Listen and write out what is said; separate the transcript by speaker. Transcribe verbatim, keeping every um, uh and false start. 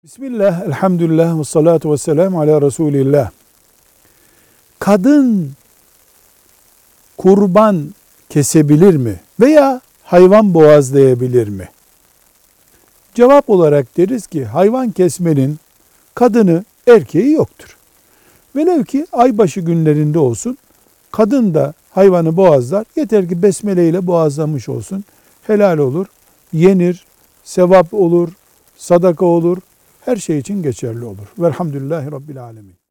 Speaker 1: Bismillah, elhamdülillah ve salatu ve selamu ala Resulillah. Kadın kurban kesebilir mi? Veya hayvan boğazlayabilir mi? Cevap olarak deriz ki hayvan kesmenin kadını erkeği yoktur. Velev ki aybaşı günlerinde olsun, kadın da hayvanı boğazlar. Yeter ki besmele ile boğazlamış olsun. Helal olur, yenir, sevap olur, sadaka olur. Her şey için geçerli olur. Velhamdülillahi Rabbil Alemin.